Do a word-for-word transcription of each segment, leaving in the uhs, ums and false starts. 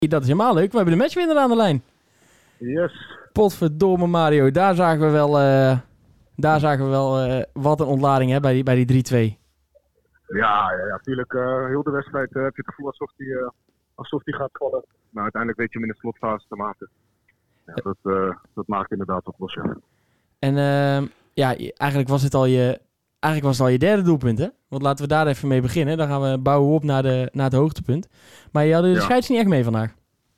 Dat is helemaal leuk. We hebben de matchwinner aan de lijn. Yes. Potverdomme Mario. Daar zagen we wel, uh, daar zagen we wel uh, wat een ontlading hè, bij die, bij die drie twee. Ja, ja, ja natuurlijk. Uh, heel de wedstrijd uh, heb je het gevoel alsof die, uh, alsof die gaat vallen. Maar uiteindelijk weet je hem in de slotfase te maken. Ja, dat, uh, dat maakt inderdaad wat los. Ja. En uh, ja, eigenlijk was het al je... Eigenlijk was het al je derde doelpunt, hè? Want laten we daar even mee beginnen. Dan gaan we bouwen op naar, de, naar het hoogtepunt. Maar je had de ja. scheids niet echt mee vandaag.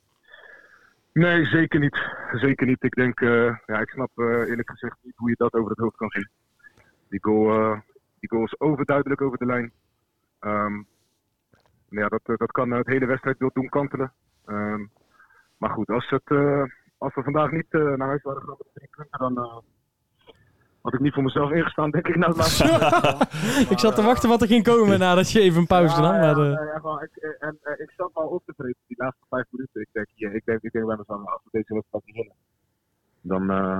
Nee, zeker niet. Zeker niet. Ik denk, uh, ja, ik snap uh, eerlijk gezegd niet hoe je dat over het hoofd kan zien. Die goal, uh, die goal is overduidelijk over de lijn. Um, ja, dat, dat kan het hele wedstrijdbeeld doen kantelen. Um, maar goed, als, het, uh, als we vandaag niet uh, naar huis waren gegaan met drie punten, dan... Uh, had ik niet voor mezelf ingestaan, denk ik. Nou, ik zat te wachten wat er ging komen nadat je even een pauze nam. Ja, maar, ja, uh... ja, ja, ik, en, uh, ik zat wel op te vreten die laatste vijf minuten. Ik denk, ja, ik denk, ik denk bij mezelf, als we deze wedstrijd beginnen, dan, uh,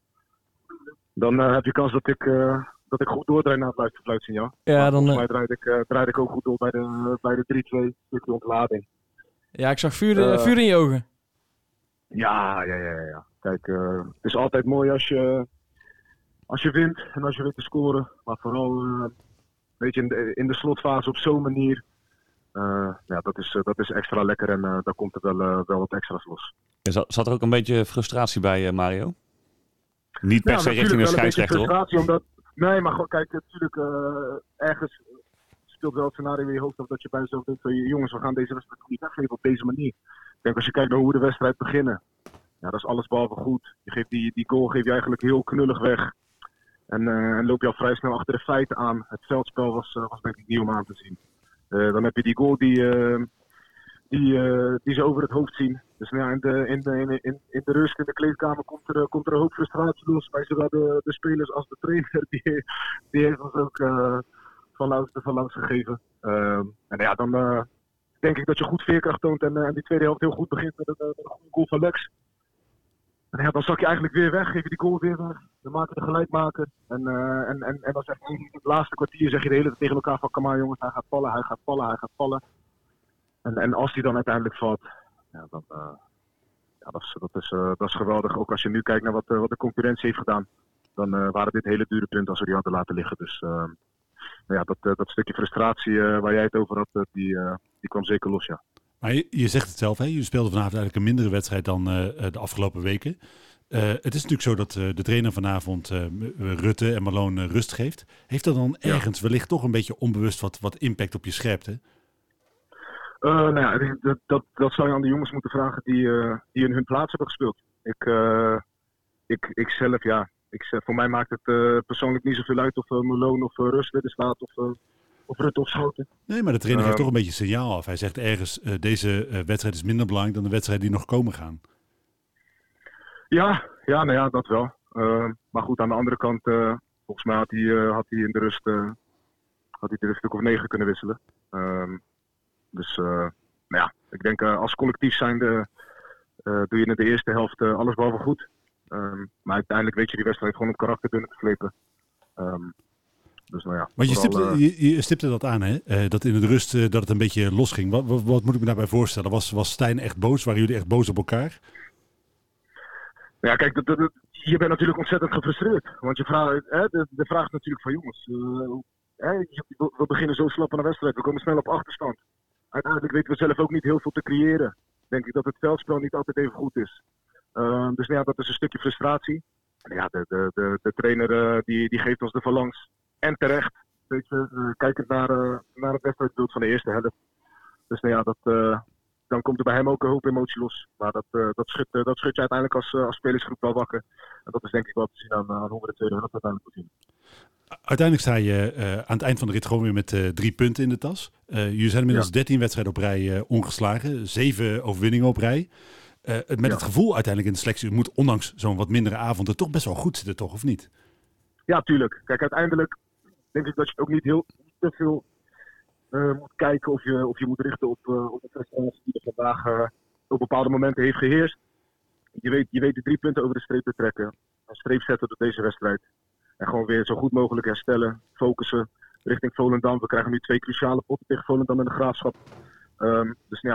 dan uh, heb je kans dat ik, uh, dat ik goed doordraai naar het luisteren fluitsignaal. Ja, dan, volgens mij draaide ik, uh, draaide ik ook goed door bij de, bij de drie twee, stukje ontlading. Ja, ik zag vuur, uh, uh, vuur in je ogen. Ja, ja, ja, ja. Kijk, uh, het is altijd mooi als je... Als je wint en als je weet te scoren, maar vooral uh, weet je, in, de, in de slotfase op zo'n manier, uh, ja, dat is, uh, dat is extra lekker en uh, daar komt er wel, uh, wel wat extra's los. Ja, zat er ook een beetje frustratie bij, uh, Mario? Niet per ja, se richting de scheidsrechter, hoor. Omdat, nee, maar gewoon, kijk, natuurlijk, uh, ergens speelt wel het scenario in je hoofd af dat je bij jezelf denkt van, jongens, we gaan deze wedstrijd niet weggeven op deze manier. Kijk, als je kijkt naar hoe we de wedstrijd beginnen, ja, dat is alles behalve goed. Je geeft die, die goal geef je eigenlijk heel knullig weg. En, uh, en loop je al vrij snel achter de feiten aan. Het veldspel was, uh, was denk ik niet om aan te zien. Uh, dan heb je die goal die, uh, die, uh, die ze over het hoofd zien. Dus nou ja, in, de, in, de, in, in de rust in de kleedkamer komt er, komt er een hoop frustratie los bij zowel de, de spelers als de trainer. Die, die heeft ons ook uh, van langs, van langs gegeven. Uh, en ja, dan uh, denk ik dat je goed veerkracht toont en, uh, en die tweede helft heel goed begint met een, met een goede goal van Lex. En ja, dan zak je eigenlijk weer weg, geef je die goal weer weg. Dan maak je de gelijkmaker. En, uh, en, en, en dan zeg je in het laatste kwartier zeg je de hele tijd tegen elkaar van, kom maar jongens, hij gaat vallen, hij gaat vallen, hij gaat vallen. En, en als hij dan uiteindelijk valt, ja, dan, uh, ja, dat, is, dat, is, uh, dat is geweldig. Ook als je nu kijkt naar wat, uh, wat de concurrentie heeft gedaan, dan uh, waren dit hele dure punten als we die hadden laten liggen. Dus uh, ja, dat, uh, dat stukje frustratie uh, waar jij het over had, uh, die, uh, die kwam zeker los, ja. Maar je, je zegt het zelf, hè? Je speelde vanavond eigenlijk een mindere wedstrijd dan uh, de afgelopen weken. Uh, het is natuurlijk zo dat uh, de trainer vanavond uh, Rutte en Malone uh, rust geeft. Heeft dat dan ergens ja. wellicht toch een beetje onbewust wat, wat impact op je scherpte? Uh, nou ja, dat, dat, dat zou je aan de jongens moeten vragen die, uh, die in hun plaats hebben gespeeld. Ik, uh, ik, ik zelf, ja, ik, voor mij maakt het uh, persoonlijk niet zoveel uit of uh, Malone of uh, Rust er staat of... Uh, Of Rutte of Schoten. Nee, maar de trainer geeft uh, toch een beetje signaal af. Hij zegt ergens, uh, deze uh, wedstrijd is minder belangrijk dan de wedstrijden die nog komen gaan. Ja, ja, nou ja, dat wel. Uh, maar goed, aan de andere kant, uh, volgens mij had hij, uh, had hij in de rust, uh, had hij er een stuk of negen kunnen wisselen. Uh, dus, uh, nou ja, ik denk uh, als collectief zijnde uh, doe je in de eerste helft uh, alles behalve goed. Uh, maar uiteindelijk weet je die wedstrijd gewoon op karakter binnen te slepen. Um, Dus nou ja, Want je vooral, stipte, uh, je, je stipte dat aan, hè? Uh, dat in de rust uh, dat het een beetje losging. Wat, wat, wat moet ik me daarbij voorstellen? Was, was Stijn echt boos? Waren jullie echt boos op elkaar? Ja, kijk, de, de, de, je bent natuurlijk ontzettend gefrustreerd. Want je vraagt, hè, de, de vraag is natuurlijk van jongens, uh, hè, we beginnen zo slap aan de wedstrijd. We komen snel op achterstand. Uiteindelijk weten we zelf ook niet heel veel te creëren. Denk ik dat het veldspel niet altijd even goed is. Uh, dus nou ja, dat is een stukje frustratie. En ja, de, de, de, de trainer uh, die, die geeft ons de verlangs. En terecht, weet je, uh, kijkend naar, uh, naar het wedstrijdbeeld van de eerste helft. Dus nou ja, dat, uh, dan komt er bij hem ook een hoop emotie los. Maar dat, uh, dat, schudt, uh, dat schudt je uiteindelijk als, uh, als spelersgroep wel wakker. En dat is denk ik wel te zien aan, aan hoe we de tweede helft uiteindelijk zien. Uiteindelijk sta je uh, aan het eind van de rit gewoon weer met uh, drie punten in de tas. Uh, jullie zijn inmiddels ja. dertien wedstrijden op rij uh, ongeslagen. zeven overwinningen op rij. Uh, met ja. het gevoel uiteindelijk in de selectie moet ondanks zo'n wat mindere avond er toch best wel goed zitten, toch? Of niet? Ja, tuurlijk. Kijk, uiteindelijk denk ik dat je ook niet heel te veel uh, moet kijken of je, of je moet richten op, uh, op de prestatie die er vandaag uh, op bepaalde momenten heeft geheerst. Je weet, je weet de drie punten over de streep te trekken. Een streep zetten door deze wedstrijd. En gewoon weer zo goed mogelijk herstellen, focussen richting Volendam. We krijgen nu twee cruciale potten tegen Volendam en de Graafschap. Um, dus nou ja,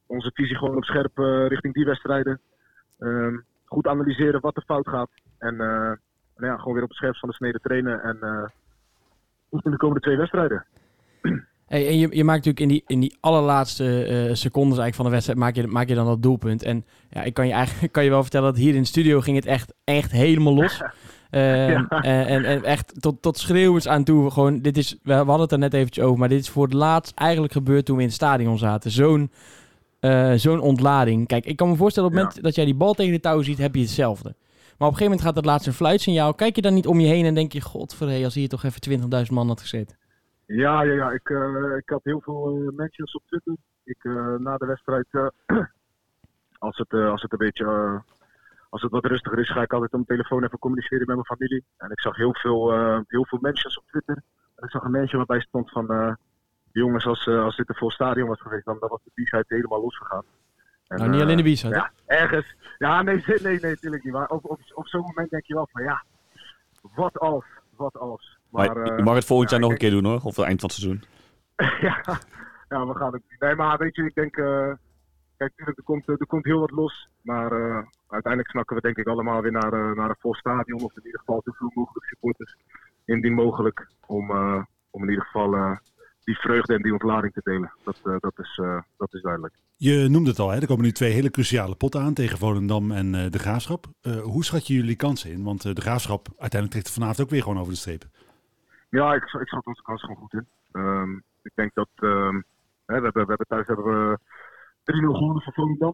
onze visie gewoon op scherp uh, richting die wedstrijden. Um, goed analyseren wat er fout gaat. En uh, nou ja, gewoon weer op het scherpst van de snede trainen. En uh, in de komende twee wedstrijden. Hey, en je, je maakt natuurlijk in die, in die allerlaatste uh, secondes eigenlijk van de wedstrijd maak je, maak je dan dat doelpunt. En ja, ik kan je eigenlijk kan je wel vertellen dat hier in de studio ging het echt, echt helemaal los. Uh, ja. en, en, en echt tot, tot schreeuwens aan toe. Gewoon, dit is, we hadden het er net eventjes over, maar dit is voor het laatst eigenlijk gebeurd toen we in het stadion zaten. Zo'n, uh, zo'n ontlading. Kijk, ik kan me voorstellen op het ja. moment dat jij die bal tegen de touw ziet, heb je hetzelfde. Maar op een gegeven moment gaat het laatste fluitsignaal. Kijk je dan niet om je heen en denk je, godverdomme, als hier toch even twintigduizend man had gezeten. Ja, ja, ja. Ik, uh, ik had heel veel uh, mentions op Twitter. Ik, uh, na de wedstrijd, uh, als, het, uh, als het een beetje, uh, als het wat rustiger is, ga ik altijd op mijn telefoon even communiceren met mijn familie. En ik zag heel veel, uh, heel veel mentions op Twitter. En ik zag een mensje waarbij stond van, uh, jongens, als, uh, als dit een vol stadion was geweest, dan, dan was de B-side helemaal losgegaan. En, nou, niet alleen de B-side, Ja, ergens. Ja, nee, nee, nee, nee, natuurlijk niet. Maar op, op, op zo'n moment denk je wel van, ja, wat als, wat als. Maar, maar je mag het volgend ja, jaar nog denk... een keer doen hoor, of het eind van het seizoen. ja, ja, we gaan het doen. Nee, maar weet je, ik denk, uh, kijk, er komt, er komt heel wat los. Maar uh, uiteindelijk snakken we denk ik allemaal weer naar, uh, naar een vol stadion. Of in ieder geval zoveel mogelijk supporters, indien mogelijk. Om, uh, om in ieder geval uh, die vreugde en die ontlading te delen. Dat, uh, dat, is, uh, dat is duidelijk. Je noemde het al, hè? Er komen nu twee hele cruciale potten aan tegen Volendam en uh, de Graafschap. Uh, hoe schat je jullie kansen in? Want uh, de Graafschap uiteindelijk trekt vanavond ook weer gewoon over de streep. Ja, ik, ik schat onze kansen gewoon goed in. Um, ik denk dat um, hè, we, hebben, we hebben thuis hebben we drie nul gewonnen van Volendam.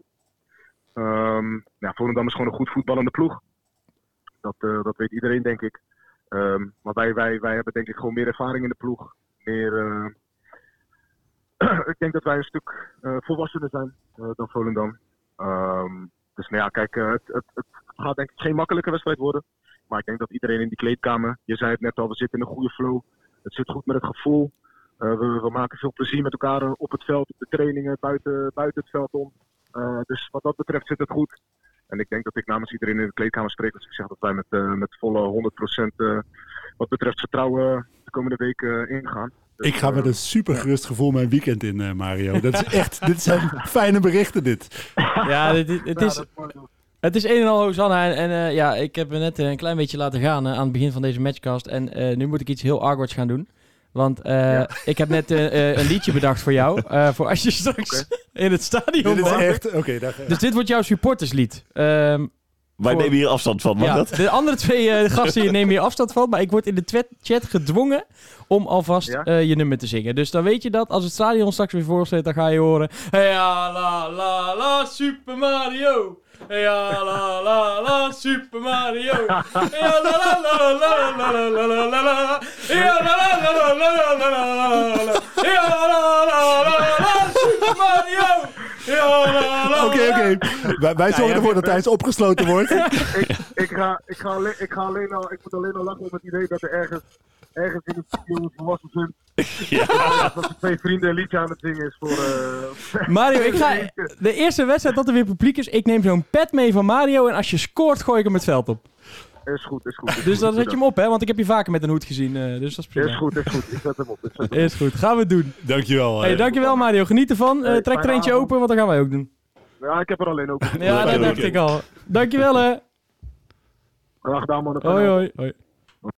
Um, ja, Volendam is gewoon een goed voetballende ploeg. Dat, uh, dat weet iedereen, denk ik. Um, maar wij, wij, wij hebben denk ik gewoon meer ervaring in de ploeg. Meer, uh, ik denk dat wij een stuk uh, volwassener zijn uh, dan Volendam. Um, dus nou ja, kijk, uh, het, het, het gaat denk ik geen makkelijke wedstrijd worden. Maar ik denk dat iedereen in die kleedkamer, je zei het net al, we zitten in een goede flow. Het zit goed met het gevoel. Uh, we, we maken veel plezier met elkaar op het veld, op de trainingen, buiten, buiten het veld om. Uh, dus wat dat betreft zit het goed. En ik denk dat ik namens iedereen in de kleedkamer spreek als ik zeg dat wij met, uh, met volle honderd procent uh, wat betreft vertrouwen de komende week uh, ingaan. Dus, ik ga met een super gerust gevoel mijn weekend in, uh, Mario. Dat is echt, dit zijn fijne berichten dit. Ja, dit, dit, het is... Het is een en al Hosanna en, en uh, ja, ik heb me net uh, een klein beetje laten gaan uh, aan het begin van deze matchcast. En uh, nu moet ik iets heel awkwards gaan doen. Want uh, ja. ik heb net uh, uh, een liedje bedacht voor jou. Uh, voor als je straks okay. in het stadion bent. Echt? Okay, dag, dus dit wordt jouw supporterslied. Um, Wij voor... nemen hier afstand van, mag ja, dat? De andere twee uh, gasten hier nemen hier afstand van. Maar ik word in de twet- chat gedwongen om alvast ja? uh, je nummer te zingen. Dus dan weet je dat als het stadion straks weer voorstelt, dan ga je horen... Hey, la, la, la, Super Mario... Ja la la la Super Mario. Ja la la la la la la la la la. Ja la la la la la la la la. Ja la la la la Super Mario. Ja la la. Oké oké. Wij, wij zorgen ervoor dat Thijs opgesloten wordt. ik, ik ga ik ga alleen ik ga alleen al ik moet alleen al lachen om het idee dat er ergens ergens in het studio volwassen vindt. Ja. Dat er twee vrienden een liedje aan het zingen is voor... Uh... Mario, ik ga... De eerste wedstrijd dat er weer publiek is, ik neem zo'n pet mee van Mario en als je scoort, gooi ik hem het veld op. Is goed, is goed. Is dus goed, dan zet je hem op, hè? Want ik heb je vaker met een hoed gezien, uh, dus dat is prima. Is goed, is goed. Ik zet hem op. Ik zet hem is goed, gaan we het doen. Dankjewel. Hey, dankjewel Mario, geniet ervan. Uh, hey, trek er eentje open, want dat gaan wij ook doen. Ja, ik heb er alleen open. Ja, dat dacht ik al. Dankjewel, hè. Graag gedaan, man. Hoi, hoi, hoi.